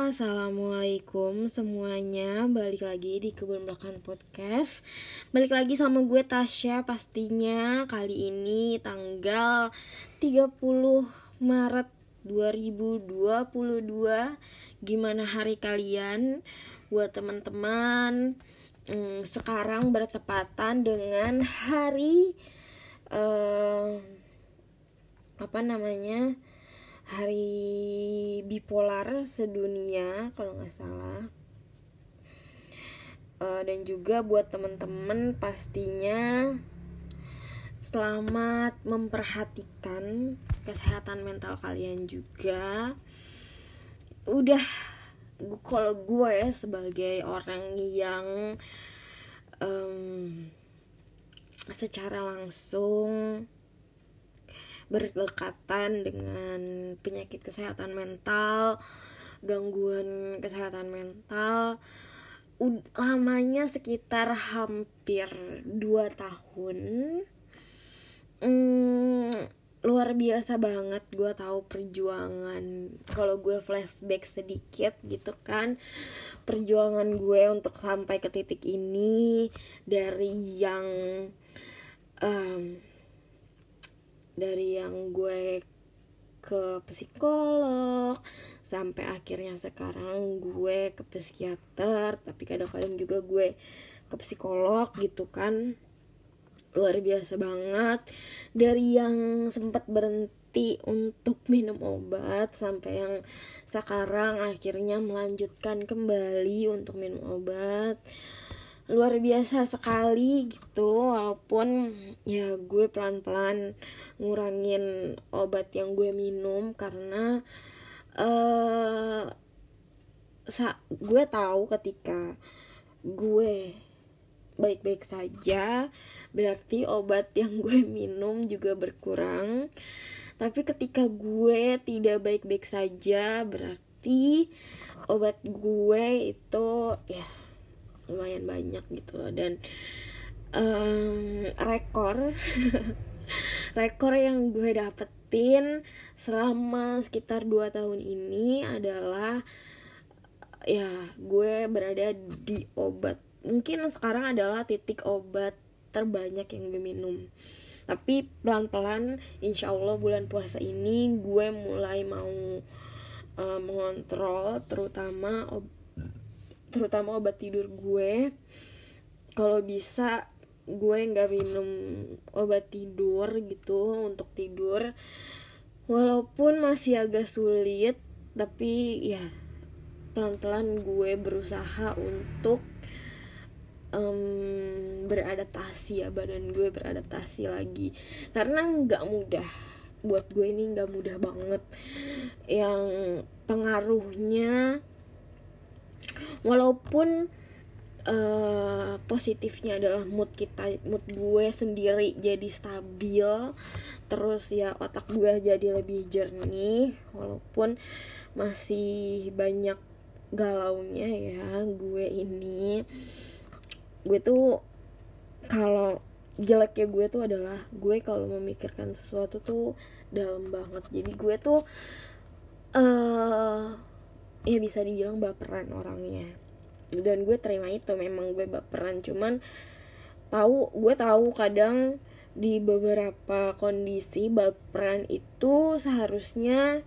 Assalamualaikum semuanya. Balik lagi di Kebun Belakang Podcast. Balik lagi sama gue Tasya pastinya. Kali ini tanggal 30 Maret 2022. Gimana hari kalian? Buat teman-teman, sekarang bertepatan dengan hari hari bipolar sedunia kalau nggak salah. Dan juga buat teman-teman pastinya selamat memperhatikan kesehatan mental kalian juga. Kalau gue sebagai orang yang secara langsung berdekatan dengan penyakit kesehatan mental, gangguan kesehatan mental, lamanya sekitar hampir 2 tahun. Luar biasa banget, gue tahu perjuangan. Kalau gue flashback sedikit gitu kan, perjuangan gue untuk sampai ke titik ini, dari yang gue ke psikolog sampai akhirnya sekarang gue ke psikiater, tapi kadang-kadang juga gue ke psikolog gitu kan. Luar biasa banget, dari yang sempat berhenti untuk minum obat sampai yang sekarang akhirnya melanjutkan kembali untuk minum obat. Luar biasa sekali gitu. Walaupun ya gue pelan-pelan ngurangin obat yang gue minum, karena gue tahu ketika gue baik-baik saja berarti obat yang gue minum juga berkurang. Tapi ketika gue tidak baik-baik saja berarti obat gue itu ya lumayan banyak gitu loh. Dan rekor yang gue dapetin selama sekitar 2 tahun ini adalah ya gue berada di obat. Mungkin sekarang adalah titik obat terbanyak yang gue minum. Tapi pelan-pelan insya Allah bulan puasa ini gue mulai mau mengontrol terutama obat tidur gue. Kalau bisa gue gak minum obat tidur gitu untuk tidur, walaupun masih agak sulit, tapi ya pelan-pelan gue berusaha untuk beradaptasi ya, badan gue beradaptasi lagi, karena gak mudah. Buat gue ini gak mudah banget. Yang pengaruhnya walaupun positifnya adalah mood gue sendiri jadi stabil, terus ya otak gue jadi lebih jernih, walaupun masih banyak galaunya ya. Gue tuh kalau jeleknya gue tuh adalah gue kalau memikirkan sesuatu tuh dalam banget. Jadi gue tuh ya bisa dibilang baperan orangnya, dan gue terima itu, memang gue baperan. Cuman gue tahu kadang di beberapa kondisi baperan itu seharusnya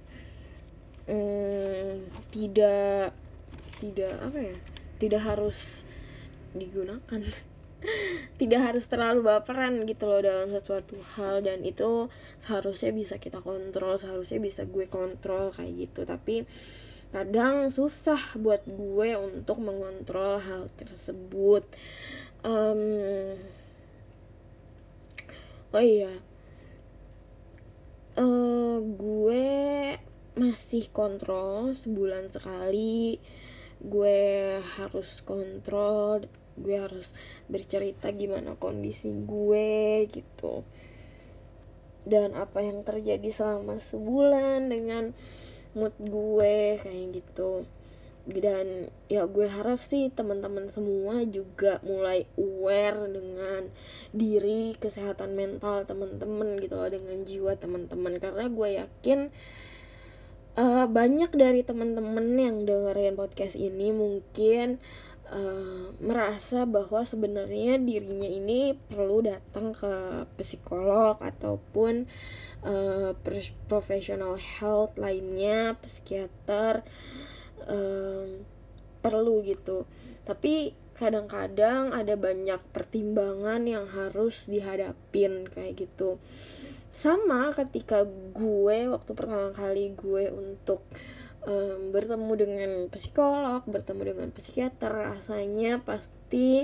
tidak harus digunakan. Tidak harus terlalu baperan gitu loh dalam sesuatu hal, dan itu seharusnya bisa kita kontrol, seharusnya bisa gue kontrol kayak gitu. Tapi kadang susah buat gue untuk mengontrol hal tersebut. Gue masih kontrol sebulan sekali. Gue harus kontrol, gue harus bercerita gimana kondisi gue gitu, dan apa yang terjadi selama sebulan dengan mood gue kayak gitu. Dan ya gue harap sih teman-teman semua juga mulai aware dengan diri, kesehatan mental teman-teman gitu loh, dengan jiwa teman-teman, karena gue yakin banyak dari teman-teman yang dengerin podcast ini mungkin merasa bahwa sebenarnya dirinya ini perlu datang ke psikolog ataupun professional health lainnya, psikiater, perlu gitu. Tapi kadang-kadang ada banyak pertimbangan yang harus dihadapin kayak gitu. Sama ketika gue waktu pertama kali gue untuk bertemu dengan psikolog, bertemu dengan psikiater, rasanya pasti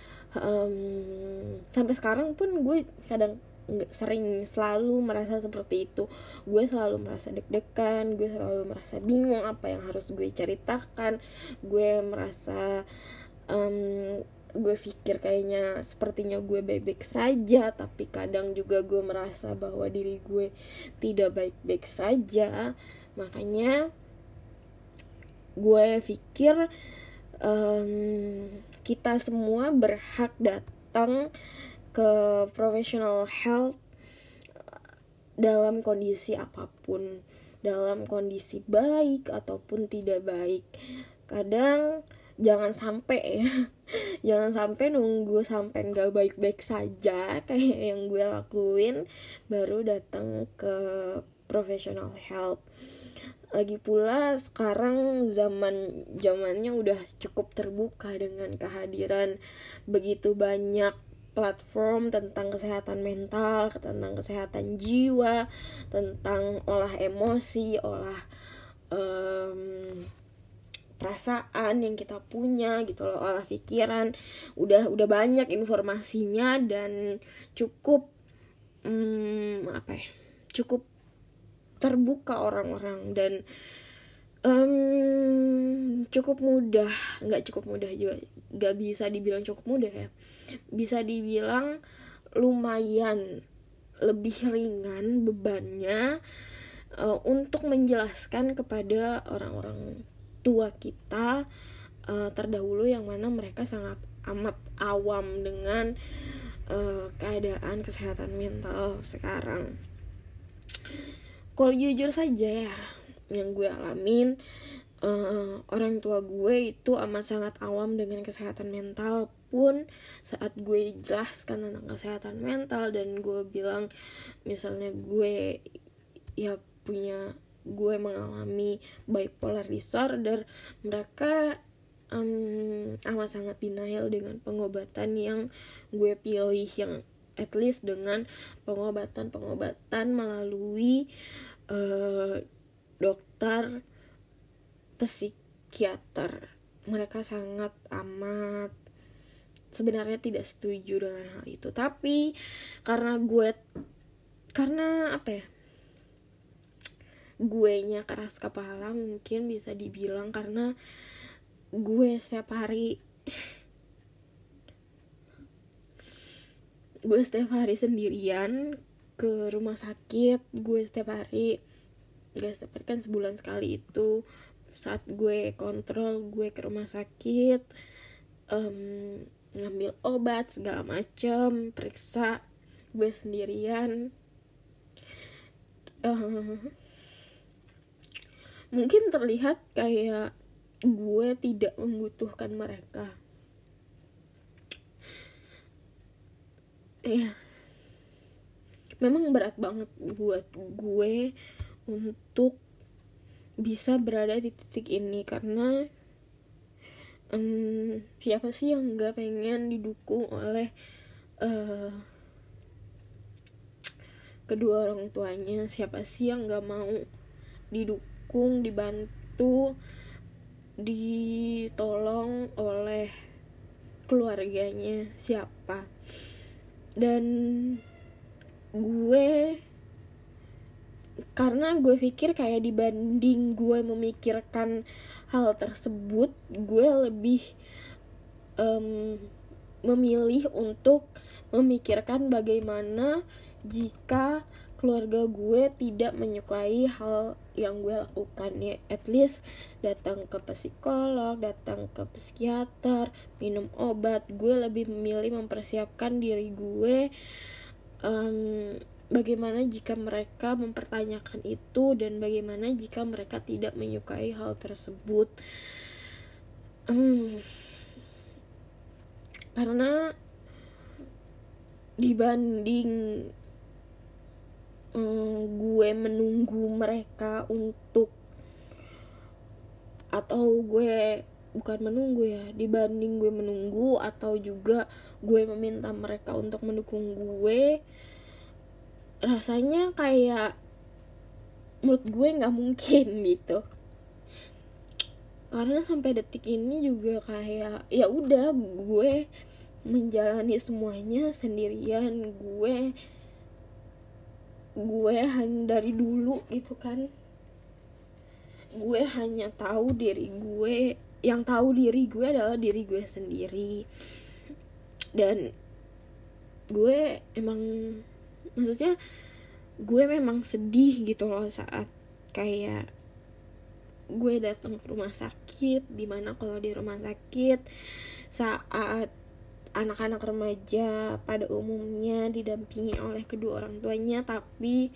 sampai sekarang pun gue sering selalu merasa seperti itu. Gue selalu merasa deg-degan, gue selalu merasa bingung apa yang harus gue ceritakan. Gue merasa gue pikir kayaknya sepertinya gue baik-baik saja, tapi kadang juga gue merasa bahwa diri gue tidak baik-baik saja. Makanya gue pikir kita semua berhak datang ke professional health dalam kondisi apapun, dalam kondisi baik ataupun tidak baik. Kadang jangan sampai jangan sampai nunggu sampai nggak baik-baik saja kayak yang gue lakuin baru datang ke professional help. Lagi pula sekarang zamannya udah cukup terbuka dengan kehadiran begitu banyak platform tentang kesehatan mental, tentang kesehatan jiwa, tentang olah emosi, olah perasaan yang kita punya gitu loh, olah pikiran. Udah banyak informasinya dan cukup cukup terbuka orang-orang dan cukup mudah, nggak bisa dibilang cukup mudah ya, bisa dibilang lumayan lebih ringan bebannya untuk menjelaskan kepada orang-orang tua kita terdahulu yang mana mereka sangat amat awam dengan keadaan kesehatan mental sekarang. Kalau jujur saja ya, yang gue alamin, orang tua gue itu amat sangat awam dengan kesehatan mental. Pun saat gue jelaskan tentang kesehatan mental dan gue bilang misalnya gue mengalami bipolar disorder, mereka amat sangat denial dengan pengobatan yang gue pilih, yang at least dengan pengobatan melalui dokter psikiater. Mereka sangat amat sebenarnya tidak setuju dengan hal itu, tapi karena guenya keras kepala mungkin bisa dibilang, karena gue setiap hari sendirian ke rumah sakit. Gue setiap hari kan sebulan sekali itu saat gue kontrol, gue ke rumah sakit, ngambil obat segala macem, periksa. Gue sendirian. Mungkin terlihat kayak gue tidak membutuhkan mereka. Ya, memang berat banget buat gue untuk bisa berada di titik ini, karena siapa sih yang gak pengen didukung oleh kedua orang tuanya? Siapa sih yang gak mau didukung, dibantu, ditolong oleh keluarganya? Siapa? Dan karena gue pikir kayak dibanding gue memikirkan hal tersebut, gue lebih memilih untuk memikirkan bagaimana jika keluarga gue tidak menyukai hal yang gue lakukan, ya at least datang ke psikolog, datang ke psikiater, minum obat. Gue lebih memilih mempersiapkan diri gue bagaimana jika mereka mempertanyakan itu, dan bagaimana jika mereka tidak menyukai hal tersebut. Karena dibanding gue menunggu mereka untuk, atau gue bukan menunggu ya, dibanding gue menunggu atau juga gue meminta mereka untuk mendukung gue, rasanya kayak menurut gue nggak mungkin gitu. Karena sampai detik ini juga kayak ya udah, gue menjalani semuanya sendirian. Gue hanya dari dulu gitu kan, gue hanya tahu diri gue, yang tahu diri gue adalah diri gue sendiri. Dan gue emang, maksudnya gue memang sedih gitu loh saat kayak gue datang ke rumah sakit, dimana kalau di rumah sakit saat anak-anak remaja pada umumnya didampingi oleh kedua orang tuanya, tapi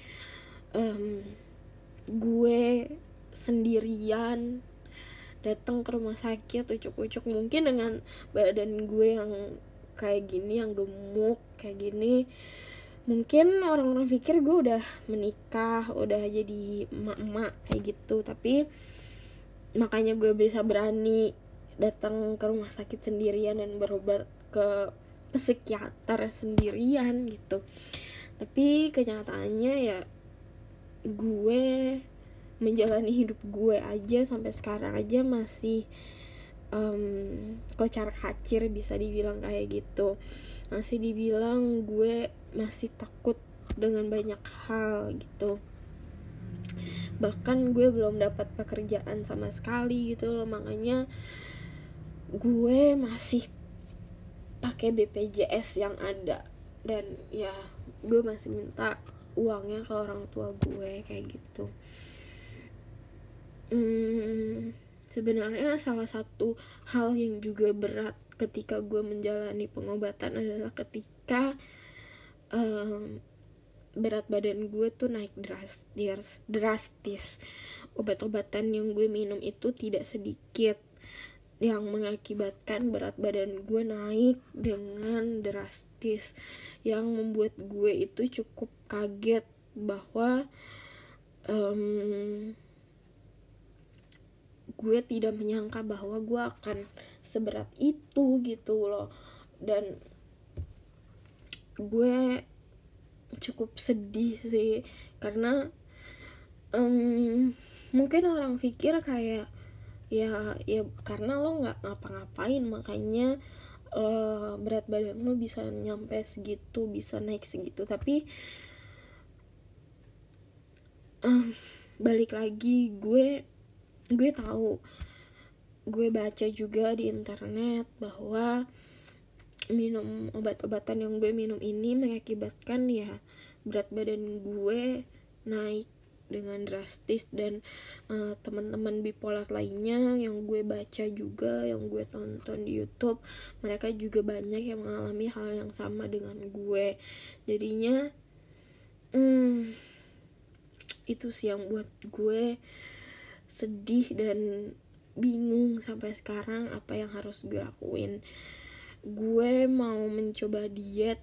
gue sendirian datang ke rumah sakit ucuk-ucuk, mungkin dengan badan gue yang kayak gini, yang gemuk kayak gini, mungkin orang-orang pikir gue udah menikah, udah jadi emak-emak kayak gitu. Tapi makanya gue bisa berani datang ke rumah sakit sendirian dan berobat ke psikiater sendirian gitu. Tapi kenyataannya ya gue menjalani hidup gue aja sampai sekarang aja masih kocar kacir, bisa dibilang kayak gitu. Masih dibilang gue masih takut dengan banyak hal gitu. Bahkan gue belum dapat pekerjaan sama sekali gitu loh, makanya gue masih pakai BPJS yang ada, dan ya gue masih minta uangnya ke orang tua gue kayak gitu. Sebenarnya salah satu hal yang juga berat ketika gue menjalani pengobatan adalah ketika berat badan gue tuh naik drastis. Obat-obatan yang gue minum itu tidak sedikit, yang mengakibatkan berat badan gue naik dengan drastis, yang membuat gue itu cukup kaget bahwa gue tidak menyangka bahwa gue akan seberat itu gitu loh. Dan gue cukup sedih sih, karena mungkin orang pikir kayak ya karena lo nggak ngapa-ngapain makanya berat badan lo bisa nyampe segitu, bisa naik segitu. Tapi balik lagi, gue tahu, gue baca juga di internet bahwa minum obat-obatan yang gue minum ini mengakibatkan ya berat badan gue naik dengan drastis. Dan teman-teman bipolar lainnya yang gue baca juga, yang gue tonton di YouTube, mereka juga banyak yang mengalami hal yang sama dengan gue. Jadinya itu sih yang buat gue sedih dan bingung sampai sekarang apa yang harus gue lakuin. Gue mau mencoba diet,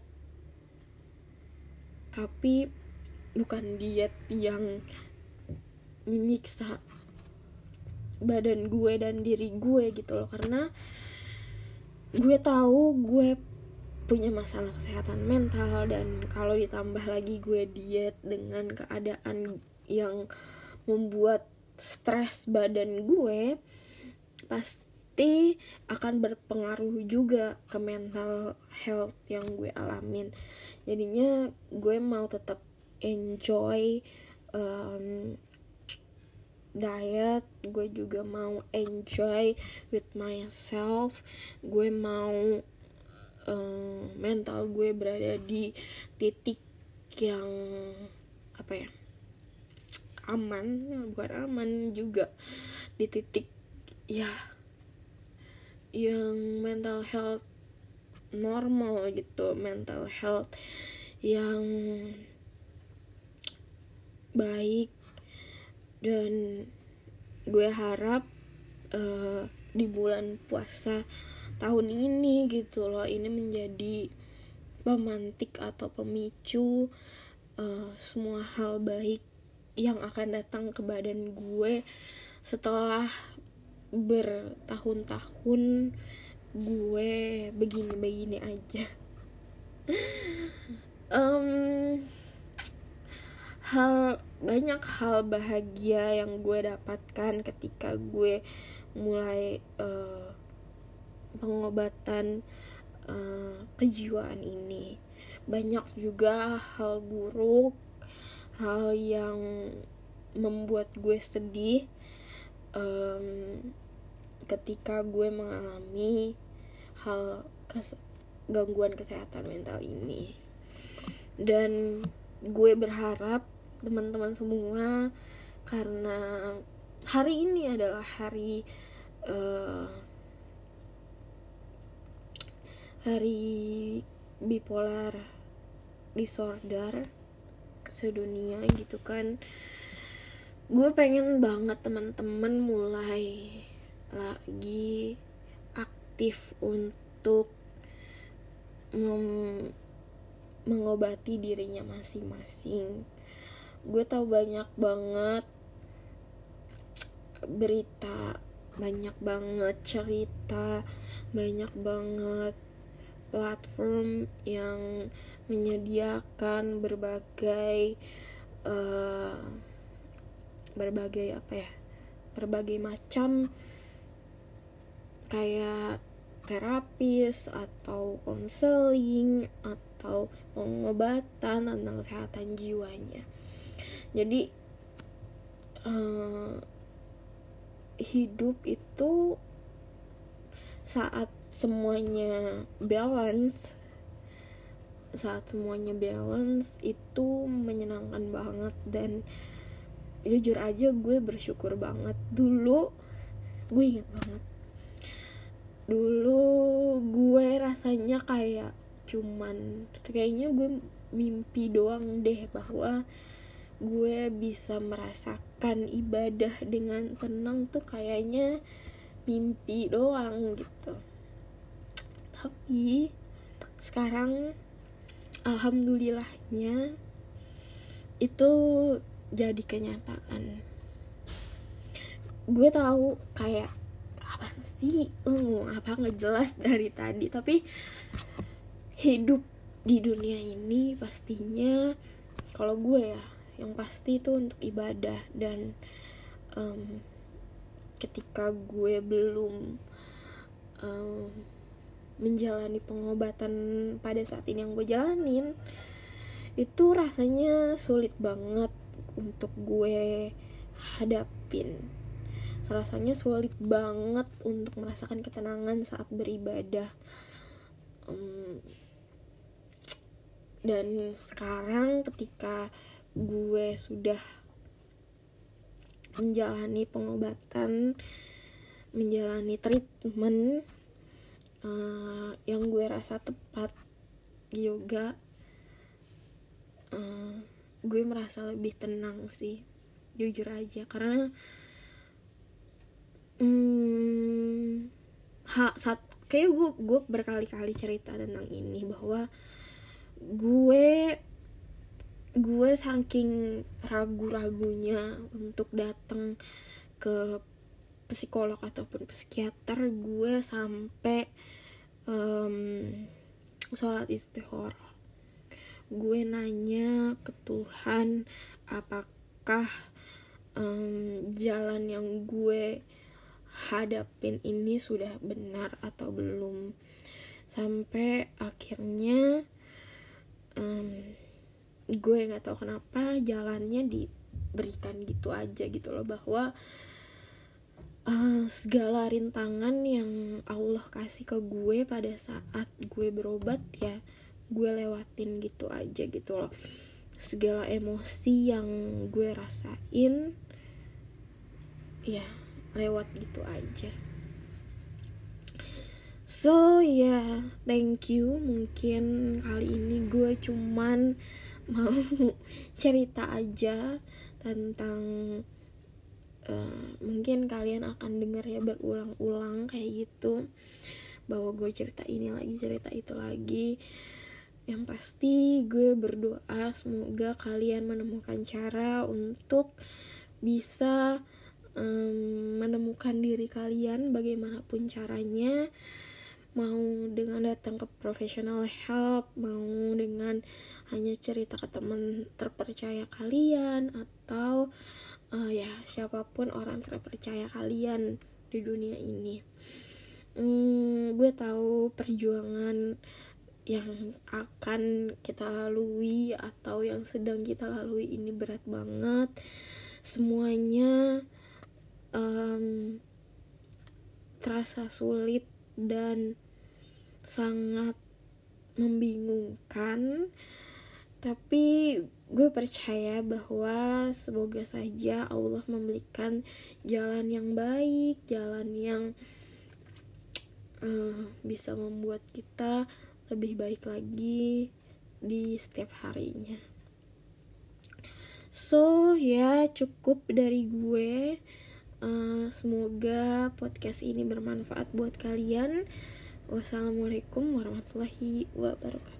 tapi bukan diet yang menyiksa badan gue dan diri gue gitu loh. Karena gue tahu gue punya masalah kesehatan mental, dan kalau ditambah lagi gue diet dengan keadaan yang membuat stres badan gue, pasti akan berpengaruh juga ke mental health yang gue alamin. Jadinya gue mau tetap enjoy diet, gue juga mau enjoy with myself. Gue mau mental gue berada di titik yang apa ya, aman, bukan aman juga, di titik ya yang mental health normal gitu, mental health yang baik, dan gue harap di bulan puasa tahun ini gitu loh, ini menjadi pemantik atau pemicu semua hal baik yang akan datang ke badan gue setelah bertahun-tahun gue begini-begini aja. Banyak hal bahagia yang gue dapatkan ketika gue mulai pengobatan kejiwaan ini. Banyak juga hal buruk, hal yang membuat gue sedih ketika gue mengalami gangguan kesehatan mental ini. Dan gue berharap teman-teman semua, karena hari ini adalah hari bipolar disorder sedunia gitu kan, gue pengen banget teman-teman mulai lagi aktif untuk mengobati dirinya masing-masing. Gue tahu banyak banget berita, banyak banget cerita, banyak banget platform yang menyediakan berbagai macam kayak terapis atau konseling atau pengobatan tentang kesehatan jiwanya. Jadi hidup itu saat semuanya balance itu menyenangkan banget. Dan jujur aja gue bersyukur banget. Dulu gue ingat banget, dulu gue rasanya kayaknya gue mimpi doang deh bahwa gue bisa merasakan ibadah dengan tenang tuh kayaknya mimpi doang gitu. Tapi sekarang alhamdulillahnya itu jadi kenyataan. Gue tahu kayak apa sih apa nggak jelas dari tadi, tapi hidup di dunia ini pastinya kalau gue ya yang pasti itu untuk ibadah. Dan ketika gue belum menjalani pengobatan pada saat ini yang gue jalanin, itu rasanya sulit banget untuk gue hadapin. Rasanya sulit banget untuk merasakan ketenangan saat beribadah. Dan sekarang ketika gue sudah menjalani pengobatan, menjalani treatment yang gue rasa tepat juga, gue merasa lebih tenang sih, jujur aja. Karena kayak gue berkali-kali cerita tentang ini, bahwa gue saking ragu-ragunya untuk datang ke psikolog ataupun psikiater, gue sampai sholat istikharah. Gue nanya ke Tuhan, apakah jalan yang gue hadapin ini sudah benar atau belum. Sampai akhirnya gue nggak tahu kenapa jalannya diberikan gitu aja gitu loh, bahwa segala rintangan yang Allah kasih ke gue pada saat gue berobat ya gue lewatin gitu aja gitu loh. Segala emosi yang gue rasain ya lewat gitu aja. So thank you. Mungkin kali ini gue cuman mau cerita aja tentang mungkin kalian akan dengar ya berulang-ulang kayak gitu, bahwa gue cerita ini lagi, cerita itu lagi. Yang pasti gue berdoa semoga kalian menemukan cara untuk bisa menemukan diri kalian bagaimanapun caranya, mau dengan datang ke professional help, mau dengan hanya cerita ke teman terpercaya kalian, atau ya siapapun orang terpercaya kalian di dunia ini. Gue tahu perjuangan yang akan kita lalui atau yang sedang kita lalui ini berat banget. Semuanya terasa sulit dan sangat membingungkan, tapi gue percaya bahwa semoga saja Allah memberikan jalan yang baik, jalan yang bisa membuat kita lebih baik lagi di setiap harinya. So ya, cukup dari gue. Semoga podcast ini bermanfaat buat kalian. Wassalamualaikum warahmatullahi wabarakatuh.